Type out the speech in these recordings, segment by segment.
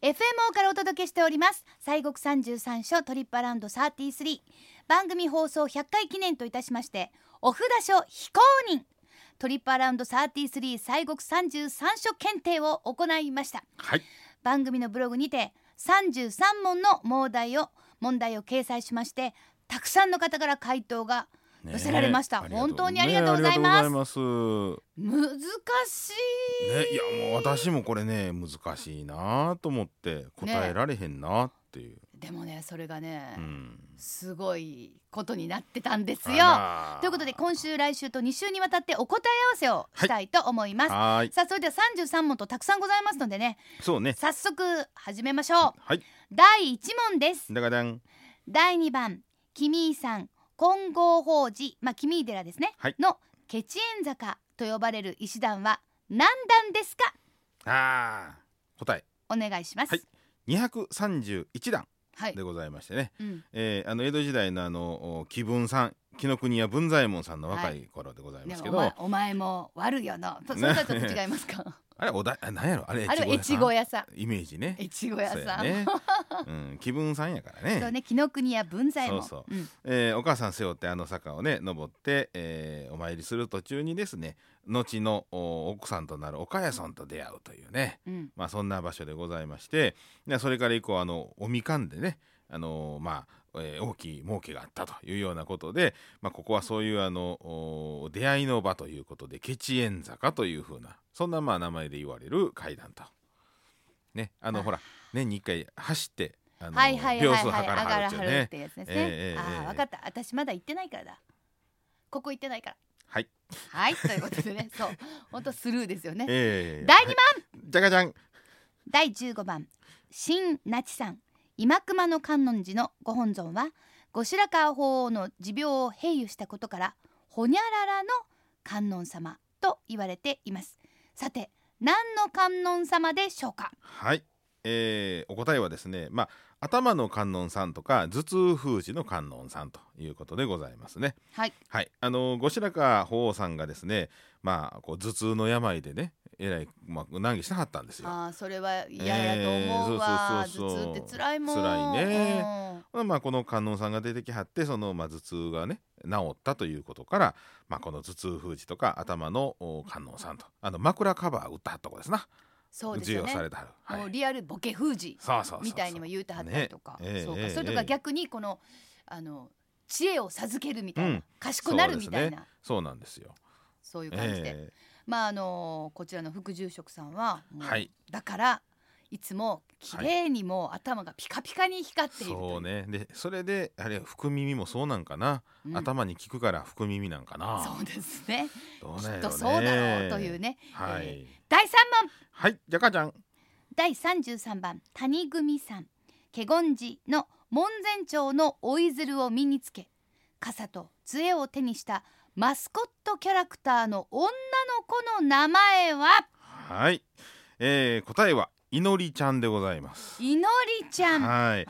FMO からお届けしております西国33所トリップアラウンド33、番組放送100回記念といたしまして、お札所非公認トリップアラウンド33西国33所検定を行いました。 はい、 番組のブログにて33問の問題を掲載しまして、たくさんの方から回答が寄せられました。本当にありがとうございます。難しい、 いやもう私もこれね難しいなと思って答えられへんなっていう、 でもねそれがね、すごいことになってたんですよ。ということで今週来週と2週にわたってお答え合わせをしたいと思います。 はい、 さあそれでは33問とたくさんございますのでね、 そうね、 早速始めましょう。 はい、 第1問です。 だがだん。 第2番君井さん金剛法寺、キミー寺ですね、 はい、 のケチエン坂と呼ばれる石段は何段ですか？ 答えお願いします。 はい、231段でございましてね、江戸時代の紀文さん、紀ノ国屋文左衛門さんの若い頃でございますけど、 お前も悪いよな、それとはちょっと違いますか？ あれ何やろ、あれ越後屋さん、 イメージね、 越後屋さん、 ね、紀文さんやからね。 そうね、紀ノ国屋文左衛門、 お母さん背負って坂をね登って、お参りする途中にですね、後の奥さんとなる岡谷さんと出会うというね、そんな場所でございまして、それから以降おみかんでね、大きい儲けがあったというようなことで、ここはそういう出会いの場ということでケチエン坂というふうな、そんな名前で言われる階段とね、ほら年に1回走って秒数測らはるっていうね。 分かった、私まだ行ってないからだ、ここ行ってないから。 はいということでね、そう本当スルーですよね。第2番、 じゃがじゃん。 第15番新那智さん今熊野観音寺のご本尊は後白河法皇の持病を併誘したことからほにゃららの観音様と言われています。さて何の観音様でしょうか？ はい、お答えはですね、頭の観音さんとか頭痛封じの観音さんということでございますね。 はい、 後白河法皇さんがですね、頭痛の病でねえらい、難儀してはったんですよ。 それは嫌やと思うわ、頭痛って辛いもん。 辛いね。この観音さんが出てきはって、その、頭痛がね治ったということから、この頭痛封じとか頭の観音さんと枕カバー打ったはったとこですな。 そうですよね、 授与されたはる、 もうリアルボケ封じみたいにも言うてはったりとか、そうか、それとか逆にこの知恵を授けるみたいな、賢くなるみたいな、 そうなんですよ。 そういう感じで、こちらの副住職さんはもう、だからいつも綺麗にもう頭がピカピカに光っているという。 そうね。でそれであれ福耳もそうなんかな、頭に効くから福耳なんかな。 そうですね、 どうなんやろね、 きっとそうだろうというね。第3問、 じゃかちゃん。 第33番谷組さん華厳寺の門前町の追い鶴を身につけ傘と杖を手にしたマスコットキャラクターの女の子の名前は？ 答えはいのりちゃんでございます。 いのりちゃん、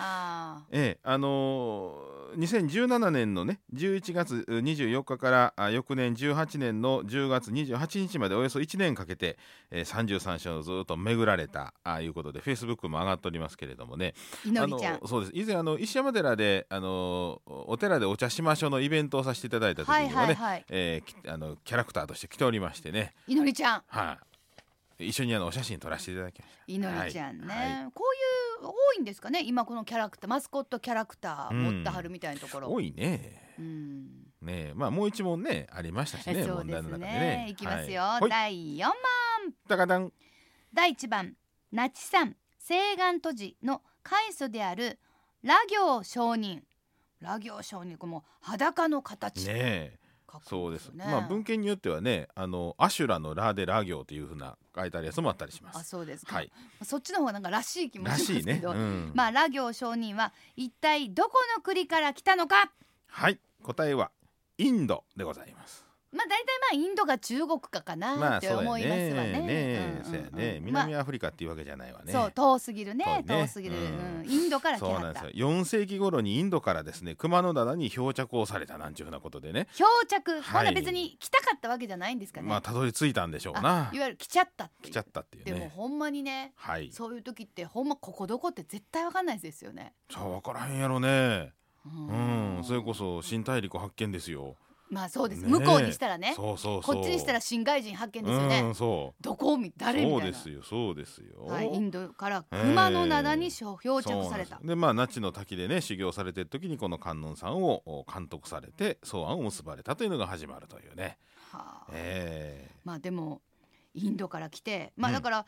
2017年のね11月24日から翌年18年の10月28日までおよそ1年かけて、33所をずっと巡られたいうことで Facebook も上がっておりますけれどもね、 いのりちゃん、 そうです。以前石山寺でお寺でお茶しましょうのイベントをさせていただいた時にもね、キャラクターとして来ておりましてね、 いのりちゃん、 一緒にお写真撮らせていただきました。 いのりちゃんね、こういう多いんですかね、今このキャラクター、マスコットキャラクター持ってはるみたいなところ、 多いね。もう一問ねありましたしね、 そうですね、 問題の中でね。 いきますよ、第4問、 だかだん。 第1番那智山清願都寺の開祖である羅行上人、羅行上人、これも裸の形ね。そうです。文献によってはね、アシュラのラでラ行というふうな書いてあるやつもあったりします。 そうですか。そっちの方がなんからしい気もしますけど、 ね。 羅行上人は一体どこの国から来たのか？ 答えはインドでございます。 まあ大体インドが中国かなって思いますわね。 そうやね。南アフリカっていうわけじゃないわね。 そう遠すぎるね。遠すぎる。インドから来はった。 そうなんですよ。4世紀頃にインドからですね熊野灘に漂着をされたなんちゅうふうなことでね。 漂着、ほな別に来たかったわけじゃないんですかね。 まあたどり着いたんでしょうな。 いわゆる来ちゃったっていう。 来ちゃったっていうね。 でもほんまにね、そういう時ってほんまここどこって絶対わかんないですよね。 そう分からへんやろね。それこそ新大陸発見ですよ。 まあそうです、向こうにしたらね。 そうこっちにしたら新外人発見ですよね。どこ誰みたいな。 そうですよ、 インドから熊野灘に漂着された。 で那智の滝でね修行されてる時にこの観音さんを監督されて草案を結ばれたというのが始まるというね。 まあでもインドから来てだから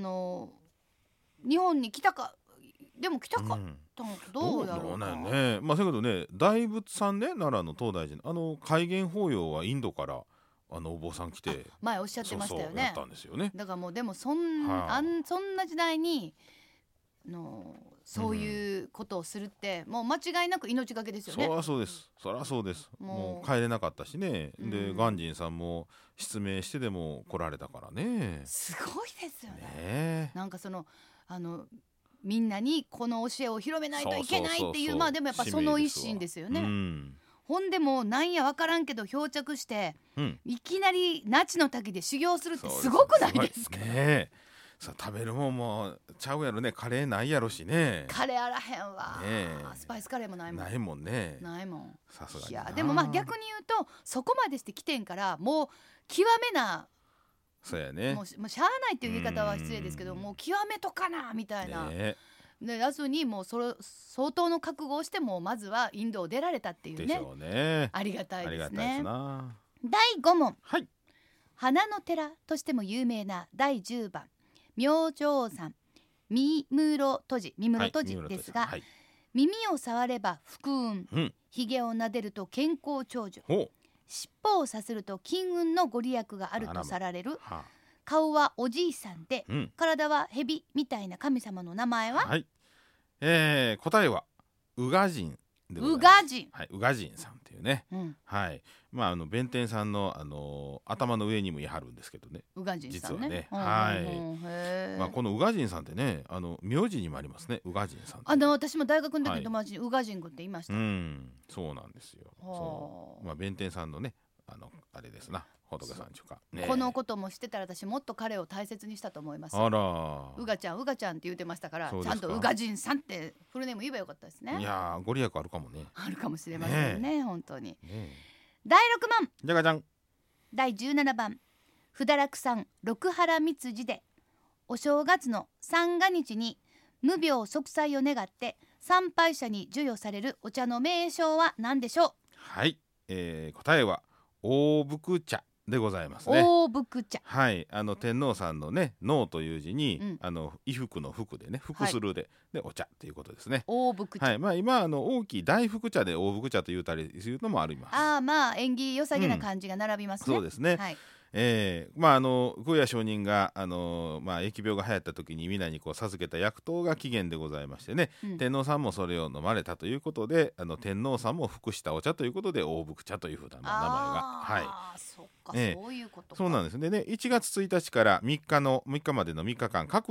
日本に来たかでも来たかったのどうやろうか。 そうね。まあだけどね大仏さんね奈良の東大寺の開眼法要はインドからお坊さん来て前おっしゃってましたよね。 やったんですよね。 だからもうでもそんな時代にそういうことをするってもう間違いなく命がけですよね。 そりゃそうです。そりゃそうです。もう帰れなかったしね。で鑑真さんも失明してでも来られたからね。 すごいですよね。なんかみんなにこの教えを広めないといけないっていうでもやっぱその一心ですよね。ほんでもなんや分からんけど漂着して、いきなり那智の滝で修行するってすごくないですか。 さあ食べるもんもちゃうやろね。カレーないやろしね。 カレーあらへんわ。スパイスカレーもないもん。 ないもんね。 ないもん。 さすがに。 いやでも逆に言うとそこまでして来てんからもう極めな。 そうやね。 もうしゃあないっていう言い方は失礼ですけどもう極めとかなみたいな。でやつにもう相当の覚悟をしてもまずはインドを出られたっていうね。 でしょうね。 ありがたいですね。 ありがたいですな。 第5問。 花の寺としても有名な第10番明星山三室戸寺ですが、耳を触れば福運、ひげを撫でると健康長寿、尻尾をさすると金運のご利益があるとされる。顔はおじいさんで、体は蛇みたいな神様の名前は、 答えは宇賀神でございます。宇賀神さんっていうね。弁天さんの頭の上にもいはるんですけどね。 宇賀神さんね。 実はね。この宇賀神さんってね名字にもありますね。宇賀神さん。 私も大学の時に友達に宇賀神君って言いました。 そうなんですよ。弁天さんのねあれですな。仏さんちゅうか、 このことも知ってたら私もっと彼を大切にしたと思います。 あらうがちゃんって言ってましたからちゃんと宇賀神さんってフルネーム言えばよかったですね。 いやご利益あるかもね。 あるかもしれませんね本当に。第6問じゃがじゃん。 第17番不堕落さん六原蜜寺でお正月の三が日に無病息災を願って参拝者に授与されるお茶の名称は何でしょう。 答えは大福茶でございますね。 大福茶。 天皇さんのね能という字に、衣服の服でね服するで、お茶っていうことですね。 大福茶。 今大きい大福茶で大福茶と言うたりするのもあります。 縁起良さげな感じが並びますね。 そうですね。空也上人が疫病が流行った時に皆に授けた薬湯が起源でございましてね、天皇さんもそれを飲まれたということで天皇さんも服したお茶ということで大福茶というふうな名前がそういうことか。 そうなんですね。1月1日から3日までの3日間各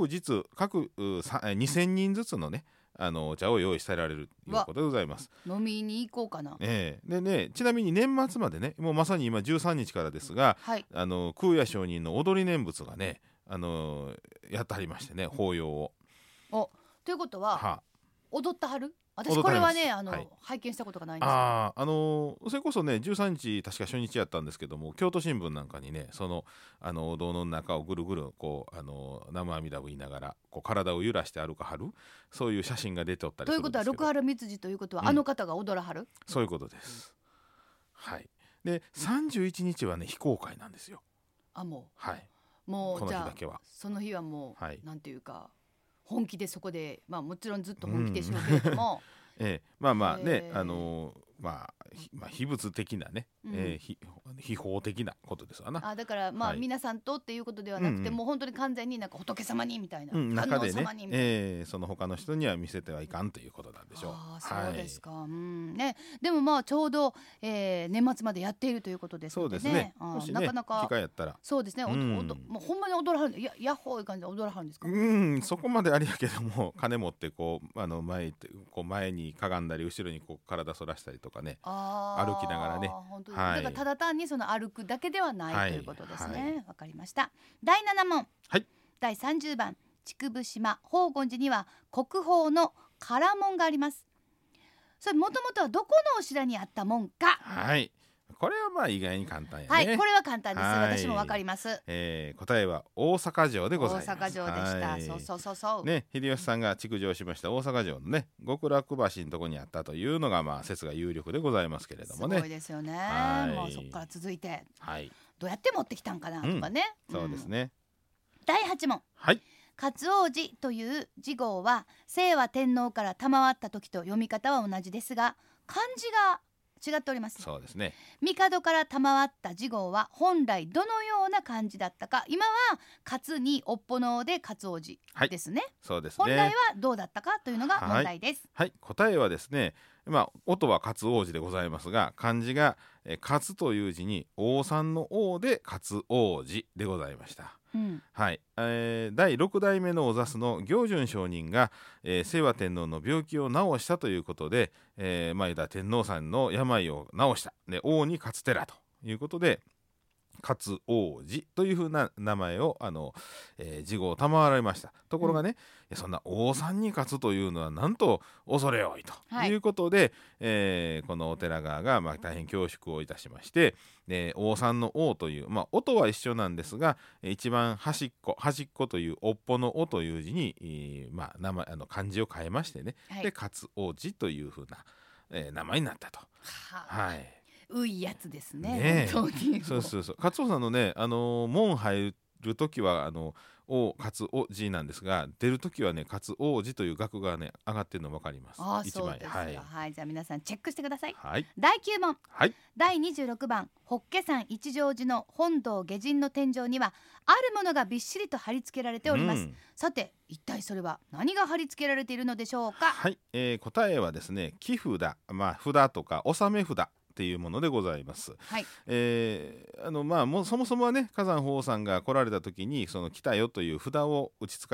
2000人ずつのねお茶を用意してられるということでございます。 飲みに行こうかな。 でねちなみに年末までねもうまさに今13日からですが、空也上人の踊り念仏がねやってはりましてね法要を。 ということは、踊ったはる？私これはね拝見したことがないんですよ。 それこそね13日確か初日やったんですけども京都新聞なんかにねお堂の中をぐるぐる南無阿弥陀を言いながら体を揺らして歩かはるそういう写真が出ておったりするんですけど。 ということは六原蜜寺ということは、あの方が踊らはる？ そういうことです。で31日はね非公開なんですよ。 もうこの日だけは。 その日はもう、なんていうか本気でそこでもちろんずっと本気でしょうけれども秘仏的なね、秘宝的なことですわな。 だから皆さんとっていうことではなくて、もう本当に完全になんか仏様にみたいな、 中で観音様にみたいね、その他の人には見せてはいかんということなんでしょう。 そうですか、ね、でもちょうど、年末までやっているということですのでね。 そうですね。もしね、 なかなか機会やったら。 そうですね、もうほんまに踊らはる、ヤッホーいう感じで踊らはるんですか。 そこまでありやけども、金持ってこう前にかがんだり後ろにこう体反らしたりとかね、歩きながらね。 本当に、だからただ単にその歩くだけではない、ということですね。わかりました。第7問、第30番、竹生島宝厳寺には国宝の唐門があります。それもともとはどこのお城にあった門か。 これは意外に簡単やね。 これは簡単です。私もわかります。 答えは大阪城でございます。 大阪城でした。そうね、秀吉さんが築城しました大阪城のね、極楽橋のとこにあったというのが説が有力でございますけれどもね。 すごいですよね。もうそこから続いて、どうやって持ってきたんかなとかね。 そうですね。 第8問。勝王寺という字号は清和天皇から賜った時と読み方は同じですが、漢字が違っております。 そうですね。 帝から賜った字号は本来どのような漢字だったか。今は勝におっぽので勝王寺ですね。 そうですね。 本来はどうだったかというのが問題です。 答えはですね、音は勝王寺でございますが、漢字が勝という字に王さんの王で勝王寺でございました。第6代目のお座主の行順上人が、清和天皇の病気を治したということで、前田天皇さんの病を治したで、王に勝寺ということで勝王寺というふうな名前を字号を賜られました。ところがね、そんな王さんに勝つというのはなんと恐れ多いということで、このお寺側が大変恐縮をいたしまして、王さんの王という、音は一緒なんですが、一番端っこというおっぽのおという字に、名前漢字を変えましてね、で勝王寺というふうな、名前になったと。 ういやつですね。 そう勝王さんのね、門入る時は勝王寺なんですが、出る時はね勝王寺という額がね上がってるの分かります。 そうですか。じゃあ皆さんチェックしてください。 第 9問、第26番、法華山一乗寺の本堂下陣の天井にはあるものがびっしりと貼り付けられております。さて一体それは何が貼り付けられているのでしょうか。 答えはですね、木札、札とか納め札っていうものでございます。もうそもそもはね、火山法皇さんが来られた時にその来たよという札を打ち付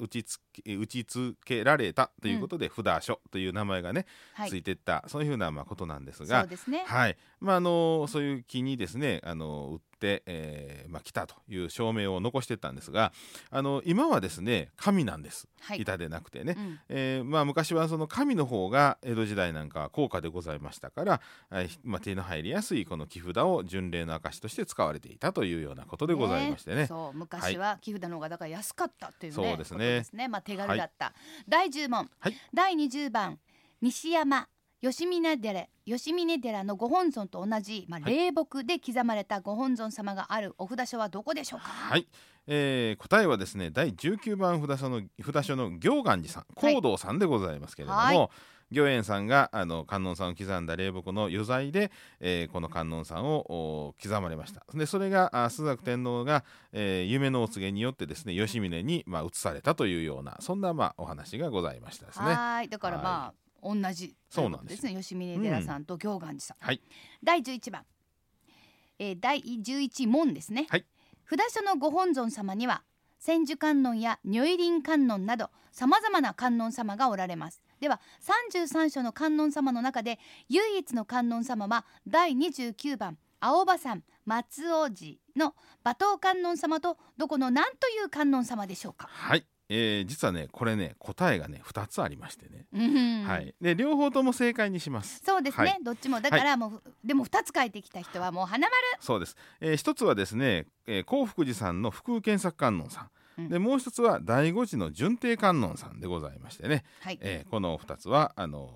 けられたということで、札所という名前がね、ついていった、そういうふうなことなんですが、そういう木にですね打って来たという証明を残していったんですが、今はですね紙なんです。板でなくてね、昔はその紙の方が江戸時代なんかは高価でございましたから、手の入りやすいこの木札を巡礼の証として使われていたというようなことでございましてね。 昔は木札の方がだから安かったというそうですね。 手軽だった。第10問、第20番、西山吉峰寺のご本尊と同じ、霊木で刻まれたご本尊様があるお札所はどこでしょうか。 答えはですね、第19番札所の行願寺さん、光道さんでございますけれども、行円さんが観音さんを刻んだ霊木の余罪で、この観音さんを刻まれました。でそれが朱雀天皇が、夢のお告げによってですね吉峰に移されたというような、そんなお話がございましたですね。 だから同じそうなんですね。吉峰寺さんと行願寺さん。第11番、第11問ですね。札所のご本尊様には千手観音や如意輪観音などさまざまな観音様がおられます。では33所の観音様の中で唯一の観音様は第29番、青葉山松尾寺の馬頭観音様とどこの何という観音様でしょうか。 実はねこれね答えがね2つありましてね、で両方とも正解にします。 そうですね、どっちもだからでも2つ書いてきた人はもう花丸。 そうです。一つはですね、興福寺さんの福建作観音さん、でもう一つは第五寺の順帝観音さんでございましてね、この2つは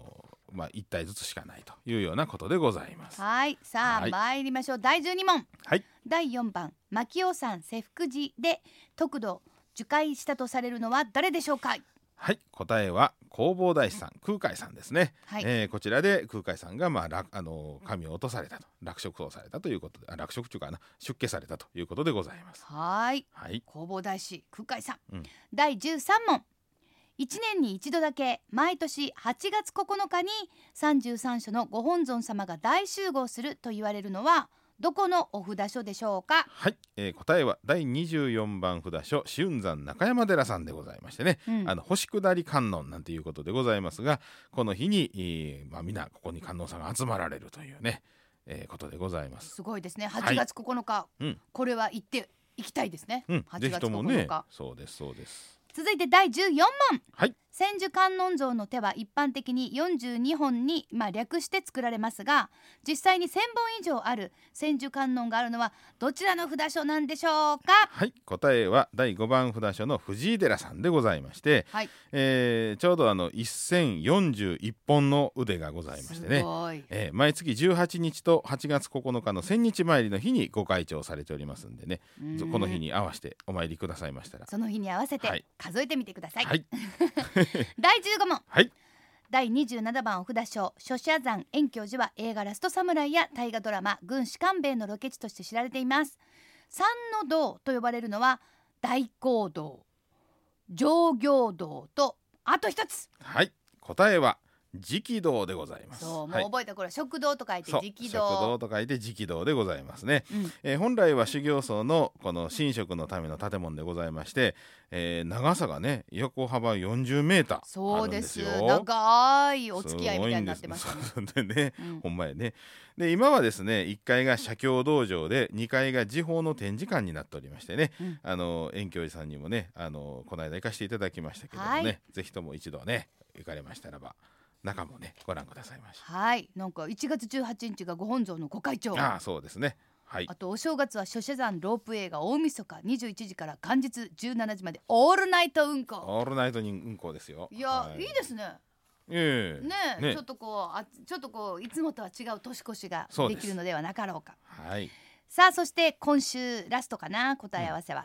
1体ずつしかないというようなことでございます。 さあ、参りましょう。第12問、第4番、牧尾山世福寺で得度受戒したとされるのは誰でしょうか。 答えは弘法大師さん、空海さんですね、 はい、 こちらで空海さんが、神を落とされたと、落色をされたということで、落色というかな、出家されたということでございます。 はい、 はい弘法大師空海さん、 うん、 第13問。1年に一度だけ毎年8月9日に33所のご本尊様が大集合すると言われるのはどこのお札所でしょうか。 はい、答えは第24番札所紫雲山中山寺さんでございましてね、星下り観音なんていうことでございますが、この日に、皆ここに観音さんが集まられるというね、ことでございます。 すごいですね。8月9日、これは行っていきたいですね、8月9日、 ぜひともね。そうですそうです。 続いて第14問、 はい、 千手観音像の手は一般的に42本に、略して作られますが、実際に1000本以上ある千手観音があるのはどちらの札所なんでしょうか。 はい、答えは第5番札所の藤井寺さんでございまして、 はい、 ちょうど1041本の腕がございましてね、 すごい、 毎月18日と8月9日の千日参りの日にご開帳されておりますんでね、この日に合わせてお参りくださいましたら、 その日に合わせて数えてみてください。 はい、 第15問、 はい、 第27番お札所諸社山遠鏡寺は映画ラストサムライや大河ドラマ軍師官兵衛のロケ地として知られています。三の道と呼ばれるのは大講堂、上行堂とあと一つ。 はい、答えは直道でございます。 そう、もう覚えた、これ食堂と書いて直道。 食堂と書いて直道でございますね、本来は修行僧のこの神職のための建物でございまして、長さがね横幅40メーターあるんですよ。 そうです、長いお付き合いみたいになってましたね。 でね、ほんまやね。で今はですね1階が写経道場で2階が時報の展示館になっておりましてね、遠鏡寺さんにもねこの間行かせていただきましたけどもね、ぜひとも一度ね行かれましたらば中もねご覧くださいまし。 はい、なんか1月18日がご本尊のご開帳。 そうですね。はい、 あとお正月は諸社山ロープウェイが大晦日21時から元日17時までオールナイト運行。 オールナイト運行ですよ。 いや、いいですね。 ね、 ちょっとこういつもとは違う年越しができるのではなかろうか。 はい、 さあ、そして今週ラストかな、答え合わせは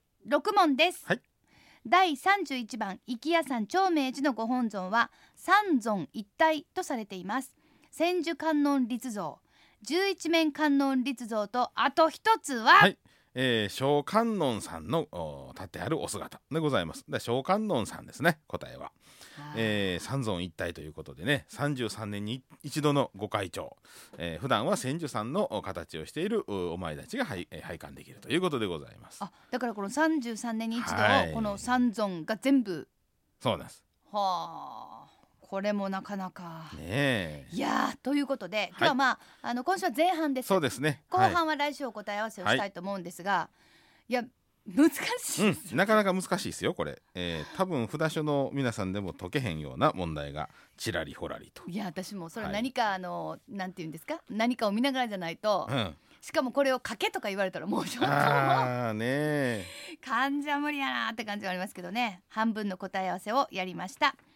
16問です。 はい、 第31番生家山長明寺のご本尊は三尊一体とされています。千手観音立像、十一面観音立像とあと一つは、 はい、小観音さんの立ってあるお姿でございます。小観音さんですね、答えは。三尊一体ということでね、33年に一度のご開帳、普段は千手さんの形をしているお前たちが拝観できるということでございます。 だからこの33年に一度、この三尊が全部。 そうなんです。 はあ、これもなかなかね。 いやということで今日は今週は前半です。 そうですね。 後半は来週お答え合わせをしたいと思うんですが、いや難しいです、 なかなか難しいですよこれ、多分札所の皆さんでも解けへんような問題がちらりほらりと。 いや私もそれ何か、なんていうんですか、何かを見ながらじゃないと、しかもこれを書けとか言われたらもうちょっと漢字は無理やなって感じはありますけどね。半分の答え合わせをやりました。